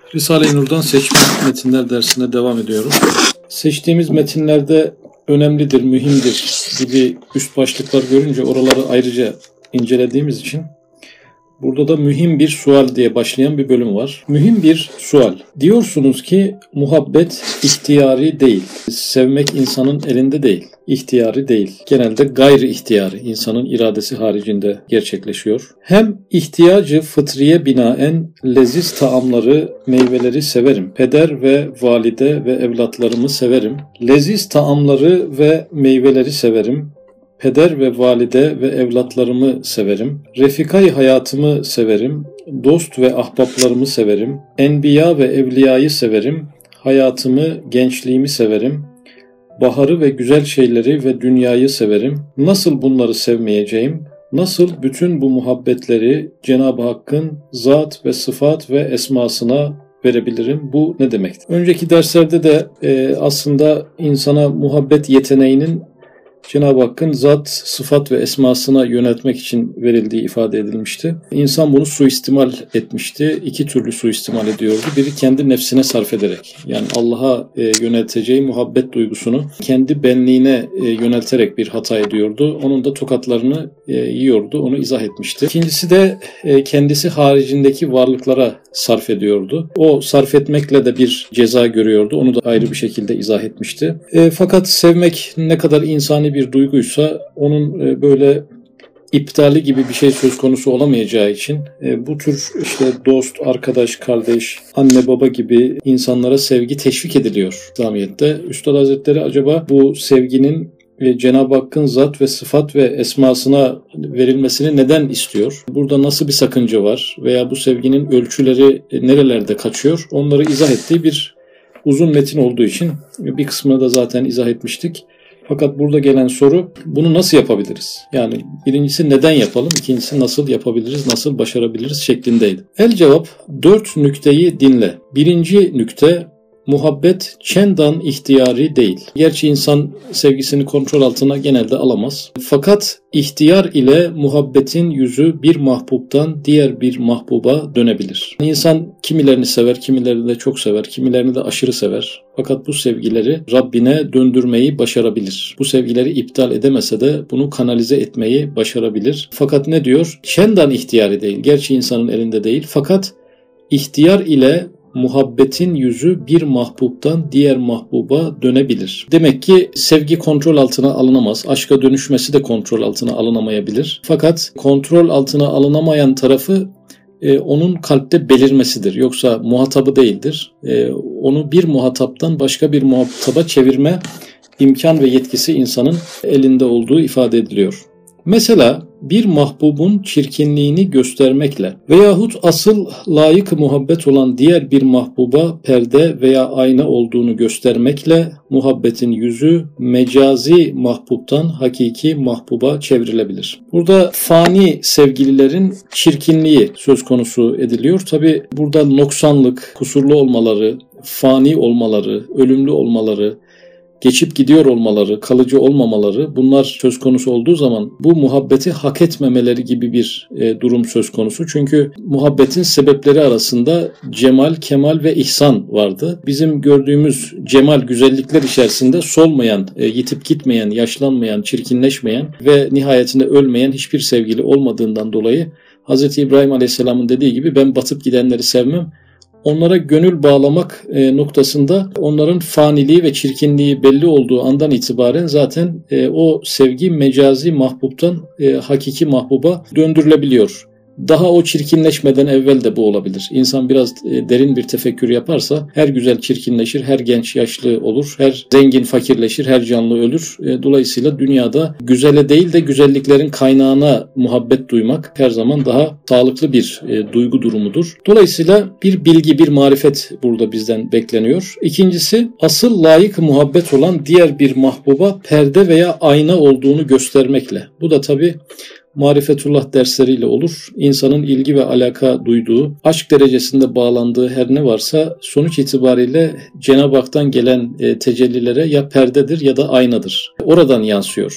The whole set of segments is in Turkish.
Risale-i Nur'dan seçme metinler dersine devam ediyorum. Seçtiğimiz metinlerde önemlidir, mühimdir gibi üst başlıklar görünce oraları ayrıca incelediğimiz için burada da mühim bir sual diye başlayan bir bölüm var. Mühim bir sual. Diyorsunuz ki muhabbet ihtiyari değil. Sevmek insanın elinde değil. İhtiyari değil. Genelde gayri ihtiyari, insanın iradesi haricinde gerçekleşiyor. Hem ihtiyacı fıtriye binaen leziz taamları, meyveleri severim. Peder ve valide ve evlatlarımı severim. Leziz taamları ve meyveleri severim. Peder ve valide ve evlatlarımı severim. Refikay hayatımı severim. Dost ve ahbaplarımı severim. Enbiya ve evliyayı severim. Hayatımı, gençliğimi severim. Baharı ve güzel şeyleri ve dünyayı severim. Nasıl bunları sevmeyeceğim? Nasıl bütün bu muhabbetleri Cenab-ı Hakk'ın zat ve sıfat ve esmasına verebilirim? Bu ne demektir? Önceki derslerde de aslında insana muhabbet yeteneğinin Cenab-ı Hakk'ın zat, sıfat ve esmasına yöneltmek için verildiği ifade edilmişti. İnsan bunu suistimal etmişti. İki türlü suistimal ediyordu. Biri kendi nefsine sarf ederek, yani Allah'a yönelteceği muhabbet duygusunu kendi benliğine yönelterek bir hata ediyordu. Onun da tokatlarını yiyordu. Onu izah etmişti. İkincisi de kendisi haricindeki varlıklara sarf ediyordu. O sarf etmekle de bir ceza görüyordu. Onu da ayrı bir şekilde izah etmişti. Fakat sevmek ne kadar insani bir duyguysa onun böyle iptali gibi bir şey söz konusu olamayacağı için bu tür işte dost, arkadaş, kardeş, anne baba gibi insanlara sevgi teşvik ediliyor İslamiyet'te. Üstad Hazretleri acaba bu sevginin Cenab-ı Hakk'ın zat ve sıfat ve esmasına verilmesini neden istiyor? Burada nasıl bir sakınca var? Veya bu sevginin ölçüleri nerelerde kaçıyor? Onları izah ettiği bir uzun metin olduğu için bir kısmını da zaten izah etmiştik. Fakat burada gelen soru, bunu nasıl yapabiliriz? Yani birincisi neden yapalım, ikincisi nasıl yapabiliriz, nasıl başarabiliriz şeklindeydi. El cevap, 4 nükteyi dinle. Birinci nükte, muhabbet çendan ihtiyari değil. Gerçi insan sevgisini kontrol altına genelde alamaz. Fakat ihtiyar ile muhabbetin yüzü bir mahbubtan diğer bir mahbuba dönebilir. İnsan kimilerini sever, kimilerini de çok sever, kimilerini de aşırı sever. Fakat bu sevgileri Rabbine döndürmeyi başarabilir. Bu sevgileri iptal edemese de bunu kanalize etmeyi başarabilir. Fakat ne diyor? Çendan ihtiyari değil. Gerçi insanın elinde değil. Fakat ihtiyar ile muhabbetin yüzü bir mahbubtan diğer mahbuba dönebilir. Demek ki sevgi kontrol altına alınamaz. Aşka dönüşmesi de kontrol altına alınamayabilir. Fakat kontrol altına alınamayan tarafı onun kalpte belirmesidir. Yoksa muhatabı değildir. Onu bir muhataptan başka bir muhataba çevirme imkan ve yetkisi insanın elinde olduğu ifade ediliyor. Mesela bir mahbubun çirkinliğini göstermekle veyahut asıl layık muhabbet olan diğer bir mahbuba perde veya ayna olduğunu göstermekle muhabbetin yüzü mecazi mahbubtan hakiki mahbuba çevrilebilir. Burada fani sevgililerin çirkinliği söz konusu ediliyor. Tabi burada noksanlık, kusurlu olmaları, fani olmaları, ölümlü olmaları, geçip gidiyor olmaları, kalıcı olmamaları, bunlar söz konusu olduğu zaman bu muhabbeti hak etmemeleri gibi bir durum söz konusu. Çünkü muhabbetin sebepleri arasında cemal, kemal ve ihsan vardı. Bizim gördüğümüz cemal, güzellikler içerisinde solmayan, yitip gitmeyen, yaşlanmayan, çirkinleşmeyen ve nihayetinde ölmeyen hiçbir sevgili olmadığından dolayı Hz. İbrahim Aleyhisselam'ın dediği gibi ben batıp gidenleri sevmem. Onlara gönül bağlamak noktasında onların faniliği ve çirkinliği belli olduğu andan itibaren zaten o sevgi mecazi mahbubtan hakiki mahbuba döndürülebiliyor. Daha o çirkinleşmeden evvel de bu olabilir. İnsan biraz derin bir tefekkür yaparsa her güzel çirkinleşir, her genç yaşlı olur, her zengin fakirleşir, her canlı ölür. Dolayısıyla dünyada güzele değil de güzelliklerin kaynağına muhabbet duymak her zaman daha sağlıklı bir duygu durumudur. Dolayısıyla bir bilgi, bir marifet burada bizden bekleniyor. İkincisi, asıl layık muhabbet olan diğer bir mahbuba perde veya ayna olduğunu göstermekle. Bu da tabii marifetullah dersleriyle olur. İnsanın ilgi ve alaka duyduğu, aşk derecesinde bağlandığı her ne varsa sonuç itibariyle Cenab-ı Hak'tan gelen tecellilere ya perdedir ya da aynadır. Oradan yansıyor.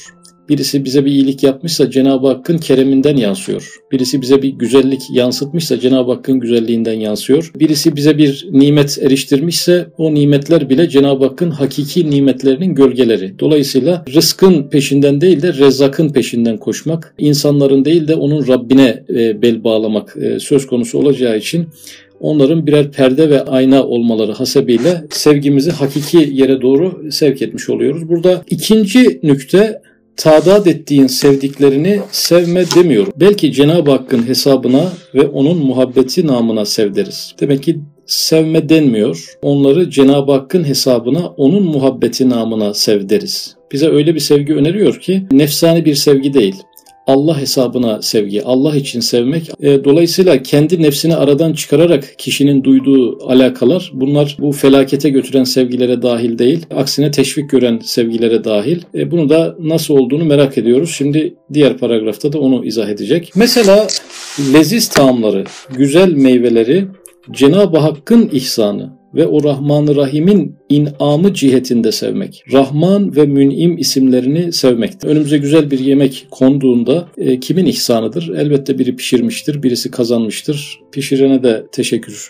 Birisi bize bir iyilik yapmışsa Cenab-ı Hakk'ın kereminden yansıyor. Birisi bize bir güzellik yansıtmışsa Cenab-ı Hakk'ın güzelliğinden yansıyor. Birisi bize bir nimet eriştirmişse o nimetler bile Cenab-ı Hakk'ın hakiki nimetlerinin gölgeleri. Dolayısıyla rızkın peşinden değil de Rezzak'ın peşinden koşmak, insanların değil de onun Rabbine bel bağlamak söz konusu olacağı için onların birer perde ve ayna olmaları hasebiyle sevgimizi hakiki yere doğru sevk etmiş oluyoruz. Burada ikinci nükte, tadat ettiğin sevdiklerini sevme demiyorum. Belki Cenab-ı Hakk'ın hesabına ve onun muhabbeti namına sev deriz. Demek ki sevme denmiyor. Onları Cenab-ı Hakk'ın hesabına, onun muhabbeti namına sev deriz. Bize öyle bir sevgi öneriyor ki nefsani bir sevgi değil. Allah hesabına sevgi, Allah için sevmek. Dolayısıyla kendi nefsini aradan çıkararak kişinin duyduğu alakalar, bunlar bu felakete götüren sevgilere dahil değil. Aksine teşvik gören sevgilere dahil. Bunu da nasıl olduğunu merak ediyoruz. Şimdi diğer paragrafta da onu izah edecek. Mesela leziz taamları, güzel meyveleri Cenab-ı Hakk'ın ihsanı ve o Rahman-ı Rahim'in inamı cihetinde sevmek. Rahman ve Mün'im isimlerini sevmektir. Önümüze güzel bir yemek konduğunda kimin ihsanıdır? Elbette biri pişirmiştir, birisi kazanmıştır. Pişirene de teşekkür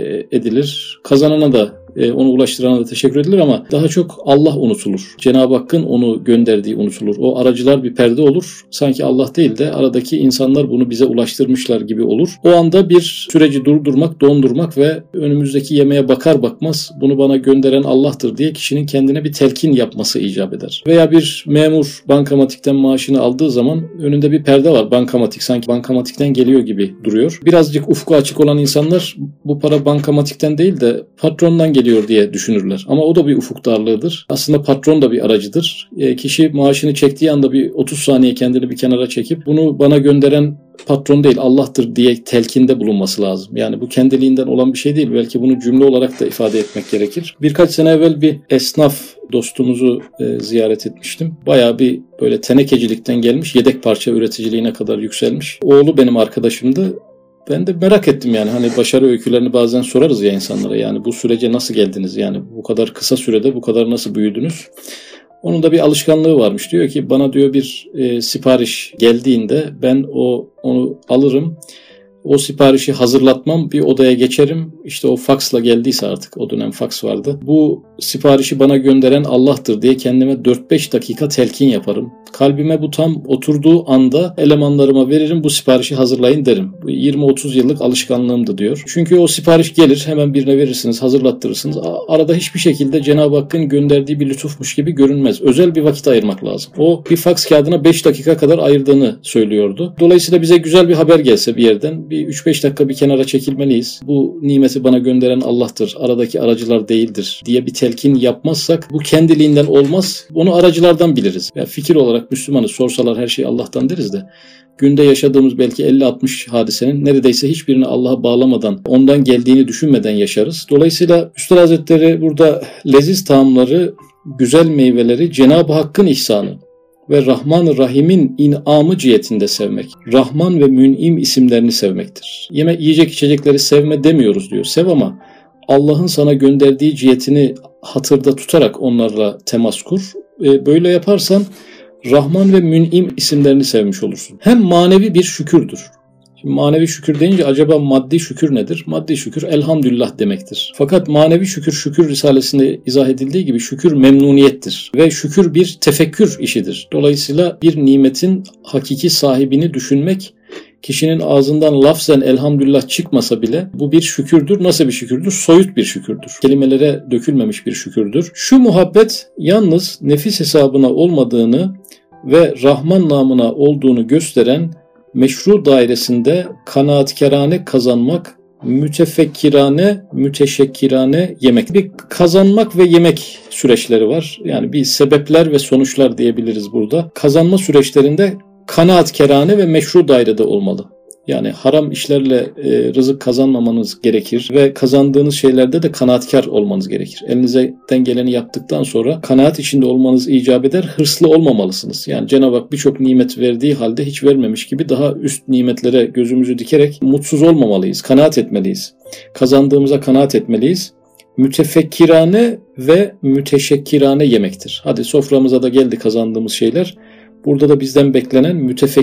edilir. Kazanana da, onu ulaştırana da teşekkür edilir ama daha çok Allah unutulur. Cenab-ı Hakk'ın onu gönderdiği unutulur. O aracılar bir perde olur. Sanki Allah değil de aradaki insanlar bunu bize ulaştırmışlar gibi olur. O anda bir süreci durdurmak, dondurmak ve önümüzdeki yemeğe bakar bakmaz bunu bana gönderen Allah'tır diye kişinin kendine bir telkin yapması icap eder. Veya bir memur bankamatikten maaşını aldığı zaman önünde bir perde var. Bankamatik sanki bankamatikten geliyor gibi duruyor. Birazcık ufku açık olan insanlar bu para bankamatikten değil de patrondan geliyor diye düşünürler. Ama o da bir ufuk darlığıdır. Aslında patron da bir aracıdır. Kişi maaşını çektiği anda bir 30 saniye kendini bir kenara çekip bunu bana gönderen patron değil Allah'tır diye telkinde bulunması lazım. Yani bu kendiliğinden olan bir şey değil. Belki bunu cümle olarak da ifade etmek gerekir. Birkaç sene evvel bir esnaf dostumuzu ziyaret etmiştim. Bayağı bir böyle tenekecilikten gelmiş, yedek parça üreticiliğine kadar yükselmiş. Oğlu benim arkadaşımdı. Ben de merak ettim yani hani başarı öykülerini bazen sorarız ya insanlara, yani bu sürece nasıl geldiniz, yani bu kadar kısa sürede bu kadar nasıl büyüdünüz? Onun da bir alışkanlığı varmış, diyor ki bana diyor bir sipariş geldiğinde ben onu alırım, o siparişi hazırlatmam, bir odaya geçerim, işte o faksla geldiyse artık, o dönem faks vardı, bu siparişi bana gönderen Allah'tır diye kendime 4-5 dakika telkin yaparım. Kalbime bu tam oturduğu anda elemanlarıma veririm, bu siparişi hazırlayın derim. Bu 20-30 yıllık alışkanlığımdı diyor. Çünkü o sipariş gelir, hemen birine verirsiniz, hazırlattırırsınız. Arada hiçbir şekilde Cenab-ı Hakk'ın gönderdiği bir lütufmuş gibi görünmez. Özel bir vakit ayırmak lazım. O bir faks kağıdına 5 dakika kadar ayırdığını söylüyordu. Dolayısıyla bize güzel bir haber gelse bir yerden, bir 3-5 dakika bir kenara çekilmeliyiz. Bu nimeti bana gönderen Allah'tır, aradaki aracılar değildir diye bir telkin yapmazsak bu kendiliğinden olmaz. Onu aracılardan biliriz. Yani fikir olarak Müslümanız, sorsalar her şey Allah'tan deriz de günde yaşadığımız belki 50-60 hadisenin neredeyse hiçbirini Allah'a bağlamadan, ondan geldiğini düşünmeden yaşarız. Dolayısıyla Üstad Hazretleri burada leziz taamları, güzel meyveleri Cenab-ı Hakk'ın ihsanı ve Rahman-ı Rahim'in inamı cihetinde sevmek. Rahman ve Mün'im isimlerini sevmektir. Yiyecek içecekleri sevme demiyoruz diyor. Sev ama Allah'ın sana gönderdiği cihetini hatırda tutarak onlarla temas kur. Böyle yaparsan Rahman ve Mün'im isimlerini sevmiş olursun. Hem manevi bir şükürdür. Şimdi manevi şükür deyince acaba maddi şükür nedir? Maddi şükür elhamdülillah demektir. Fakat manevi şükür, Şükür Risalesi'nde izah edildiği gibi şükür memnuniyettir. Ve şükür bir tefekkür işidir. Dolayısıyla bir nimetin hakiki sahibini düşünmek, kişinin ağzından lafzen elhamdülillah çıkmasa bile bu bir şükürdür. Nasıl bir şükürdür? Soyut bir şükürdür. Kelimelere dökülmemiş bir şükürdür. Şu muhabbet yalnız nefis hesabına olmadığını ve Rahman namına olduğunu gösteren meşru dairesinde kanaatkârane kazanmak, mütefekkirane, müteşekkirane yemek. Bir kazanmak ve yemek süreçleri var. Yani bir sebepler ve sonuçlar diyebiliriz burada. Kazanma süreçlerinde kanaatkârane ve meşru dairede olmalı. Yani haram işlerle rızık kazanmamanız gerekir ve kazandığınız şeylerde de kanaatkar olmanız gerekir. Elinizden geleni yaptıktan sonra kanaat içinde olmanız icap eder, hırslı olmamalısınız. Yani Cenab-ı Hak birçok nimet verdiği halde hiç vermemiş gibi daha üst nimetlere gözümüzü dikerek mutsuz olmamalıyız, kanaat etmeliyiz. Kazandığımıza kanaat etmeliyiz. Mütefekkirane ve müteşekkirane yemektir. Hadi soframıza da geldi kazandığımız şeyler. Burada da bizden beklenen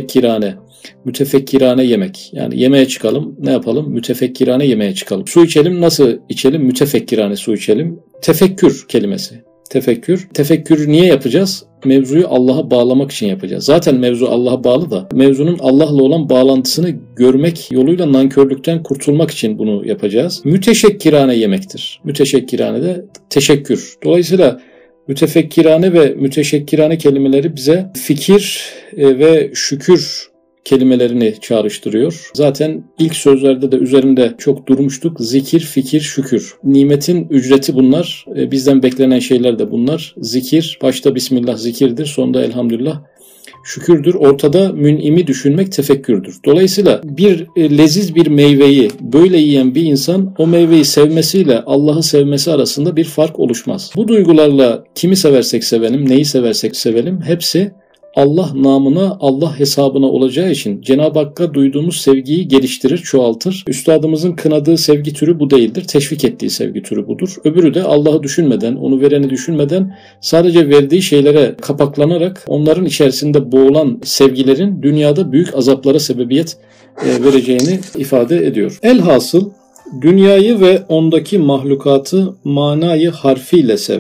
mütefekkirane yemek. Yani yemeğe çıkalım. Ne yapalım? Mütefekkirane yemeğe çıkalım. Su içelim. Nasıl içelim? Mütefekkirane su içelim. Tefekkür kelimesi. Tefekkür. Tefekkür niye yapacağız? Mevzuyu Allah'a bağlamak için yapacağız. Zaten mevzu Allah'a bağlı da mevzunun Allah'la olan bağlantısını görmek yoluyla nankörlükten kurtulmak için bunu yapacağız. Müteşekkirane yemektir. Müteşekkirane de teşekkür. Dolayısıyla mütefekkirane ve müteşekkirane kelimeleri bize fikir ve şükür kelimelerini çağrıştırıyor. Zaten ilk sözlerde de üzerinde çok durmuştuk. Zikir, fikir, şükür. Nimetin ücreti bunlar. Bizden beklenen şeyler de bunlar. Zikir, başta Bismillah zikirdir. Sonunda elhamdülillah şükürdür. Ortada mün'imi düşünmek tefekkürdür. Dolayısıyla leziz bir meyveyi böyle yiyen bir insan o meyveyi sevmesiyle Allah'ı sevmesi arasında bir fark oluşmaz. Bu duygularla kimi seversek sevelim, neyi seversek sevelim hepsi Allah namına, Allah hesabına olacağı için Cenab-ı Hakk'a duyduğumuz sevgiyi geliştirir, çoğaltır. Üstadımızın kınadığı sevgi türü bu değildir. Teşvik ettiği sevgi türü budur. Öbürü de Allah'ı düşünmeden, onu vereni düşünmeden sadece verdiği şeylere kapaklanarak onların içerisinde boğulan sevgilerin dünyada büyük azaplara sebebiyet vereceğini ifade ediyor. Elhasıl dünyayı ve ondaki mahlukatı manayı harfiyle sev.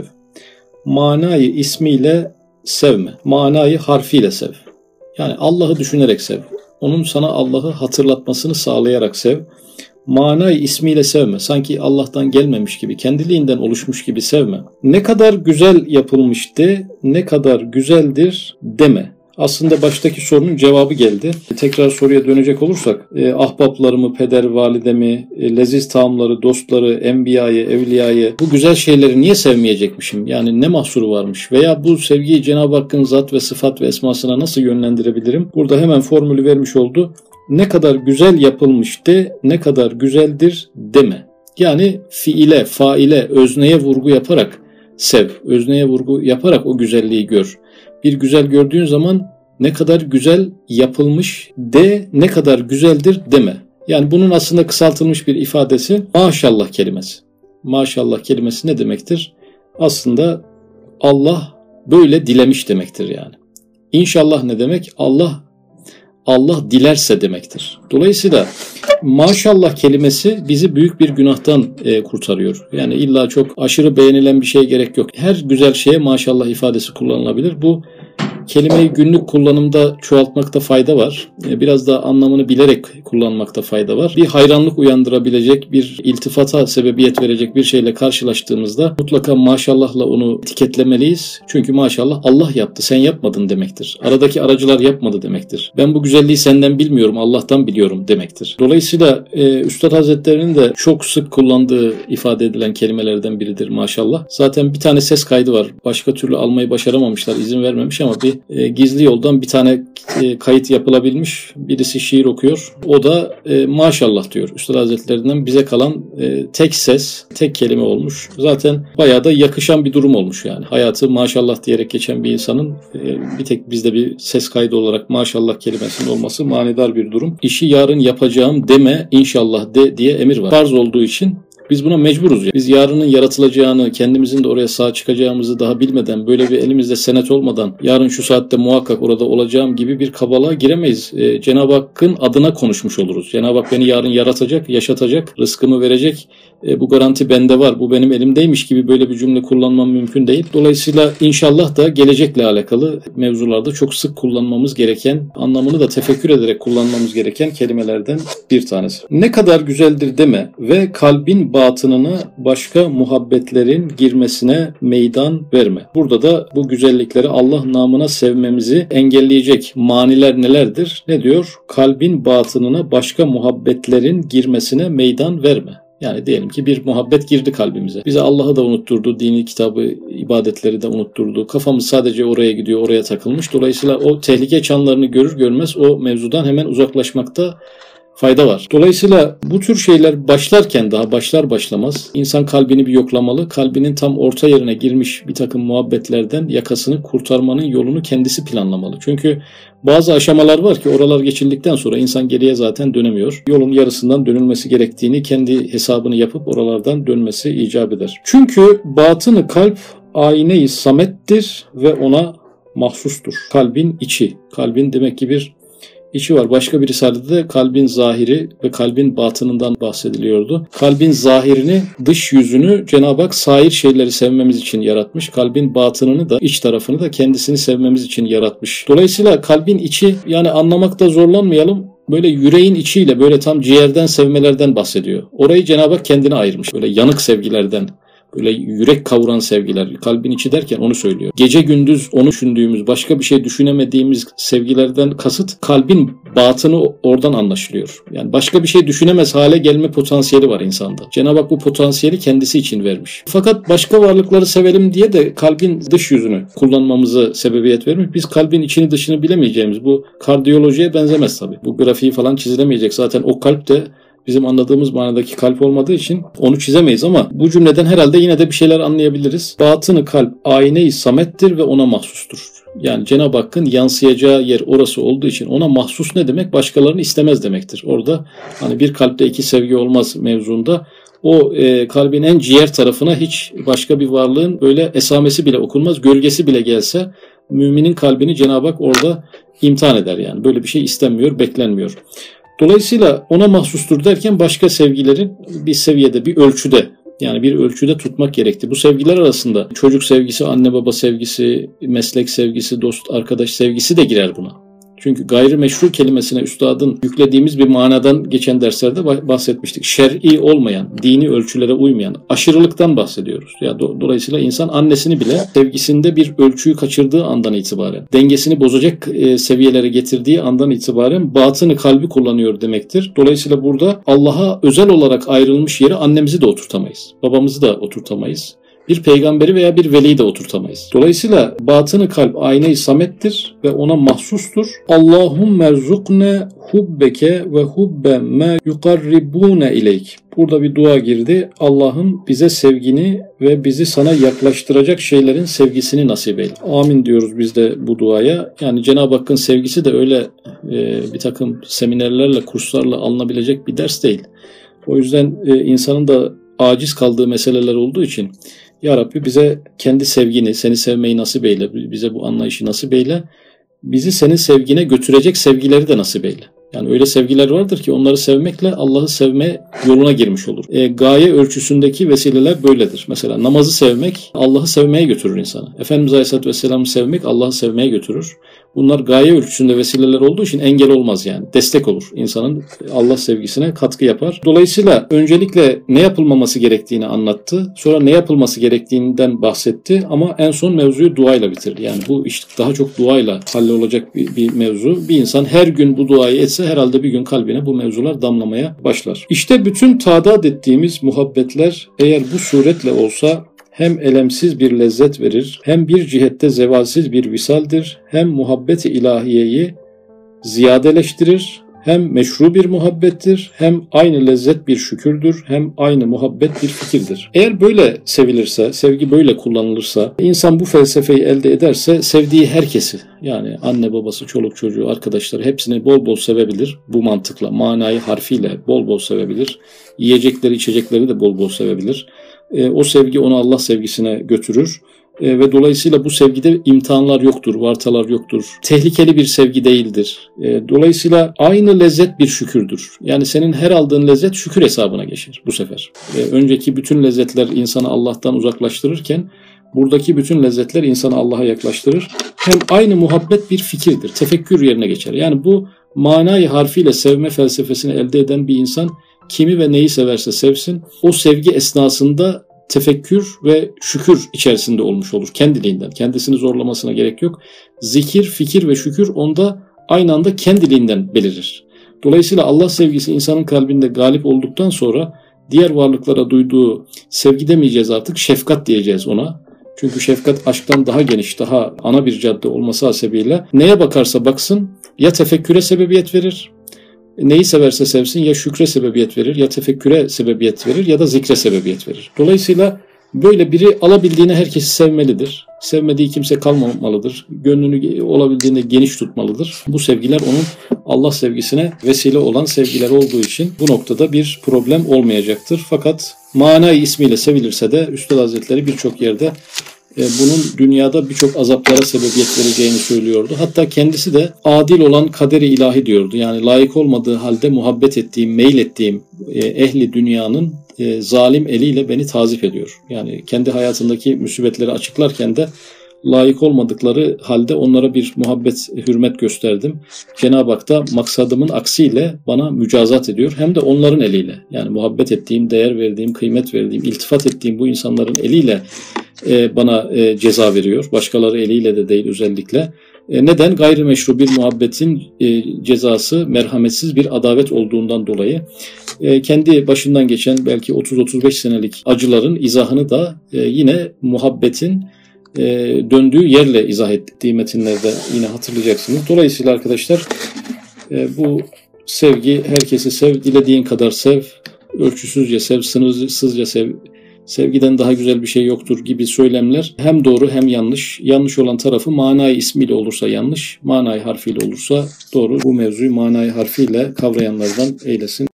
Manayı ismiyle sevme. Manayı harfiyle sev. Yani Allah'ı düşünerek sev. Onun sana Allah'ı hatırlatmasını sağlayarak sev. Manayı ismiyle sevme. Sanki Allah'tan gelmemiş gibi, kendiliğinden oluşmuş gibi sevme. Ne kadar güzel yapılmıştı, ne kadar güzeldir deme. Aslında baştaki sorunun cevabı geldi. Tekrar soruya dönecek olursak, ahbaplarımı, peder, validemi, leziz taamları, dostları, enbiyayı, evliyayı, bu güzel şeyleri niye sevmeyecekmişim? Yani ne mahsuru varmış? Veya bu sevgiyi Cenab-ı Hakk'ın zat ve sıfat ve esmasına nasıl yönlendirebilirim? Burada hemen formülü vermiş oldu. Ne kadar güzel yapılmıştı, ne kadar güzeldir deme. Yani fiile, faile, özneye vurgu yaparak sev. Özneye vurgu yaparak o güzelliği gör. Bir güzel gördüğün zaman ne kadar güzel yapılmış de, ne kadar güzeldir deme. Yani bunun aslında kısaltılmış bir ifadesi maşallah kelimesi. Maşallah kelimesi ne demektir? Aslında Allah böyle dilemiş demektir yani. İnşallah ne demek? Allah dilerse demektir. Dolayısıyla maşallah kelimesi bizi büyük bir günahtan kurtarıyor. Yani illa çok aşırı beğenilen bir şeye gerek yok. Her güzel şeye maşallah ifadesi kullanılabilir. Bu kelimeyi günlük kullanımda çoğaltmakta fayda var. Biraz da anlamını bilerek kullanmakta fayda var. Bir hayranlık uyandırabilecek, bir iltifata sebebiyet verecek bir şeyle karşılaştığımızda mutlaka maşallahla onu etiketlemeliyiz. Çünkü maşallah Allah yaptı, sen yapmadın demektir. Aradaki aracılar yapmadı demektir. Ben bu güzelliği senden bilmiyorum, Allah'tan biliyorum demektir. Dolayısıyla Üstad Hazretleri'nin de çok sık kullandığı ifade edilen kelimelerden biridir maşallah. Zaten bir tane ses kaydı var. Başka türlü almayı başaramamışlar, izin vermemiş ama bir gizli yoldan bir tane kayıt yapılabilmiş. Birisi şiir okuyor. O da maşallah diyor. Üstad Hazretlerinden bize kalan tek ses, tek kelime olmuş. Zaten bayağı da yakışan bir durum olmuş yani. Hayatı maşallah diyerek geçen bir insanın bir tek bizde bir ses kaydı olarak maşallah kelimesinin olması manidar bir durum. İşi yarın yapacağım deme, inşallah de diye emir var. Farz olduğu için biz buna mecburuz. Biz yarının yaratılacağını, kendimizin de oraya sağ çıkacağımızı daha bilmeden, böyle bir elimizde senet olmadan yarın şu saatte muhakkak orada olacağım gibi bir kabalığa giremeyiz. Cenab-ı Hakk'ın adına konuşmuş oluruz. Cenab-ı Hak beni yarın yaratacak, yaşatacak, rızkımı verecek. Bu garanti bende var, bu benim elimdeymiş gibi böyle bir cümle kullanmam mümkün değil. Dolayısıyla inşallah da gelecekle alakalı mevzularda çok sık kullanmamız gereken, anlamını da tefekkür ederek kullanmamız gereken kelimelerden bir tanesi. Ne kadar güzeldir deme ve kalbin batınına başka muhabbetlerin girmesine meydan verme. Burada da bu güzellikleri Allah namına sevmemizi engelleyecek maniler nelerdir? Ne diyor? Kalbin batınına başka muhabbetlerin girmesine meydan verme. Yani diyelim ki bir muhabbet girdi kalbimize. Bize Allah'ı da unutturdu, dini kitabı, ibadetleri de unutturdu. Kafamız sadece oraya gidiyor, oraya takılmış. Dolayısıyla o tehlike çanlarını görür görmez o mevzudan hemen uzaklaşmakta fayda var. Dolayısıyla bu tür şeyler başlarken, daha başlar başlamaz insan kalbini bir yoklamalı. Kalbinin tam orta yerine girmiş bir takım muhabbetlerden yakasını kurtarmanın yolunu kendisi planlamalı. Çünkü bazı aşamalar var ki oralar geçildikten sonra insan geriye zaten dönemiyor. Yolun yarısından dönülmesi gerektiğini kendi hesabını yapıp oralardan dönmesi icap eder. Çünkü batını kalp ayne-i samettir ve ona mahsustur. Kalbin içi. Kalbin demek ki bir içi var. Başka bir risalede de kalbin zahiri ve kalbin batınından bahsediliyordu. Kalbin zahirini, dış yüzünü Cenab-ı Hak sair şeyleri sevmemiz için yaratmış. Kalbin batınını da, iç tarafını da kendisini sevmemiz için yaratmış. Dolayısıyla kalbin içi, yani anlamakta zorlanmayalım. Böyle yüreğin içiyle, böyle tam ciğerden sevmelerden bahsediyor. Orayı Cenab-ı Hak kendine ayırmış. Böyle yanık sevgilerden, böyle yürek kavuran sevgiler. Kalbin içi derken onu söylüyor. Gece gündüz onu düşündüğümüz, başka bir şey düşünemediğimiz sevgilerden kasıt kalbin batını oradan anlaşılıyor. Yani başka bir şey düşünemez hale gelme potansiyeli var insanda. Cenab-ı Hak bu potansiyeli kendisi için vermiş. Fakat başka varlıkları sevelim diye de kalbin dış yüzünü kullanmamızı sebebiyet vermiş. Biz kalbin içini dışını bilemeyeceğimiz, bu kardiyolojiye benzemez tabii. Bu grafiği falan çizilemeyecek. Zaten o kalp de bizim anladığımız manadaki kalp olmadığı için onu çizemeyiz ama bu cümleden herhalde yine de bir şeyler anlayabiliriz. Batını kalp ayne-i samettir ve ona mahsustur. Yani Cenab-ı Hakk'ın yansıyacağı yer orası olduğu için ona mahsus ne demek? Başkalarını istemez demektir. Orada hani bir kalpte iki sevgi olmaz mevzunda o kalbin en ciğer tarafına hiç başka bir varlığın böyle esamesi bile okunmaz. Gölgesi bile gelse müminin kalbini Cenab-ı Hak orada imtihan eder yani. Böyle bir şey istenmiyor, beklenmiyor. Dolayısıyla ona mahsustur derken başka sevgilerin bir seviyede, bir ölçüde, yani bir ölçüde tutmak gerekti. Bu sevgiler arasında çocuk sevgisi, anne baba sevgisi, meslek sevgisi, dost arkadaş sevgisi de girer buna. Çünkü gayrimeşru kelimesine üstadın yüklediğimiz bir manadan geçen derslerde bahsetmiştik. Şer'i olmayan, dini ölçülere uymayan aşırılıktan bahsediyoruz. Yani dolayısıyla insan annesini bile sevgisinde bir ölçüyü kaçırdığı andan itibaren, dengesini bozacak seviyelere getirdiği andan itibaren batını kalbi kullanıyor demektir. Dolayısıyla burada Allah'a özel olarak ayrılmış yere annemizi de oturtamayız, babamızı da oturtamayız. Bir peygamberi veya bir veliyi de oturtamayız. Dolayısıyla batını kalp ayne-i samettir ve ona mahsustur. Allahümme erzukne hubbeke ve hubbe me yukarribune ileyk. Burada bir dua girdi. Allah'ım bize sevgini ve bizi sana yaklaştıracak şeylerin sevgisini nasip eyle. Amin diyoruz biz de bu duaya. Yani Cenab-ı Hakk'ın sevgisi de öyle bir takım seminerlerle, kurslarla alınabilecek bir ders değil. O yüzden insanın da aciz kaldığı meseleler olduğu için Ya Rabbi bize kendi sevgini, seni sevmeyi nasip eyle, bize bu anlayışı nasip eyle, bizi senin sevgine götürecek sevgileri de nasip eyle. Yani öyle sevgiler vardır ki onları sevmekle Allah'ı sevme yoluna girmiş olur. Gaye ölçüsündeki vesileler böyledir. Mesela namazı sevmek Allah'ı sevmeye götürür insanı. Efendimiz Aleyhisselatü Vesselam'ı sevmek Allah'ı sevmeye götürür. Bunlar gaye ölçüsünde vesileler olduğu için engel olmaz yani. Destek olur. İnsanın Allah sevgisine katkı yapar. Dolayısıyla öncelikle ne yapılmaması gerektiğini anlattı. Sonra ne yapılması gerektiğinden bahsetti. Ama en son mevzuyu duayla bitirdi. Yani bu iş daha çok duayla hallolacak bir mevzu. Bir insan her gün bu duayı etse herhalde bir gün kalbine bu mevzular damlamaya başlar. İşte bütün tadat ettiğimiz muhabbetler eğer bu suretle olsa hem elemsiz bir lezzet verir, hem bir cihette zevalsiz bir visaldir, hem muhabbeti ilahiyeyi ziyadeleştirir, hem meşru bir muhabbettir, hem aynı lezzet bir şükürdür, hem aynı muhabbet bir fikirdir. Eğer böyle sevilirse, sevgi böyle kullanılırsa, insan bu felsefeyi elde ederse sevdiği herkesi, yani anne babası, çoluk çocuğu, arkadaşları hepsini bol bol sevebilir. Bu mantıkla, manayı harfiyle bol bol sevebilir. Yiyecekleri, içecekleri de bol bol sevebilir. O sevgi onu Allah sevgisine götürür ve dolayısıyla bu sevgide imtihanlar yoktur, vartalar yoktur. Tehlikeli bir sevgi değildir. Dolayısıyla aynı lezzet bir şükürdür. Yani senin her aldığın lezzet şükür hesabına geçer bu sefer. Önceki bütün lezzetler insanı Allah'tan uzaklaştırırken buradaki bütün lezzetler insanı Allah'a yaklaştırır. Hem aynı muhabbet bir fikirdir, tefekkür yerine geçer. Yani bu manayı harfiyle sevme felsefesini elde eden bir insan kimi ve neyi severse sevsin, o sevgi esnasında tefekkür ve şükür içerisinde olmuş olur kendiliğinden. Kendisini zorlamasına gerek yok. Zikir, fikir ve şükür onda aynı anda kendiliğinden belirir. Dolayısıyla Allah sevgisi insanın kalbinde galip olduktan sonra diğer varlıklara duyduğu sevgi demeyeceğiz artık, şefkat diyeceğiz ona. Çünkü şefkat aşktan daha geniş, daha ana bir cadde olması hasebiyle neye bakarsa baksın ya tefekküre sebebiyet verir, neyi severse sevsin ya şükre sebebiyet verir, ya tefekküre sebebiyet verir ya da zikre sebebiyet verir. Dolayısıyla böyle biri alabildiğine herkesi sevmelidir. Sevmediği kimse kalmamalıdır. Gönlünü olabildiğinde geniş tutmalıdır. Bu sevgiler onun Allah sevgisine vesile olan sevgiler olduğu için bu noktada bir problem olmayacaktır. Fakat manayı ismiyle sevilirse de Üstad Hazretleri birçok yerde bunun dünyada birçok azaplara sebebiyet vereceğini söylüyordu. Hatta kendisi de adil olan kaderi ilahi diyordu. Yani layık olmadığı halde muhabbet ettiğim, meyil ettiğim ehli dünyanın zalim eliyle beni tazip ediyor. Yani kendi hayatındaki musibetleri açıklarken de layık olmadıkları halde onlara bir muhabbet, hürmet gösterdim. Cenab-ı Hak da maksadımın aksiyle bana mücazat ediyor. Hem de onların eliyle. Yani muhabbet ettiğim, değer verdiğim, kıymet verdiğim, iltifat ettiğim bu insanların eliyle bana ceza veriyor. Başkaları eliyle de değil özellikle. Neden? Gayrimeşru bir muhabbetin cezası merhametsiz bir adavet olduğundan dolayı. Kendi başından geçen belki 30-35 senelik acıların izahını da yine muhabbetin döndüğü yerle izah ettiği metinlerde yine hatırlayacaksınız. Dolayısıyla arkadaşlar bu sevgi, herkesi sev, dilediğin kadar sev, ölçüsüzce sev, sınırsızca sev, sevgiden daha güzel bir şey yoktur gibi söylemler hem doğru hem yanlış. Yanlış olan tarafı manayı ismiyle olursa yanlış, manayı harfiyle olursa doğru. Bu mevzuyu manayı harfiyle kavrayanlardan eylesin.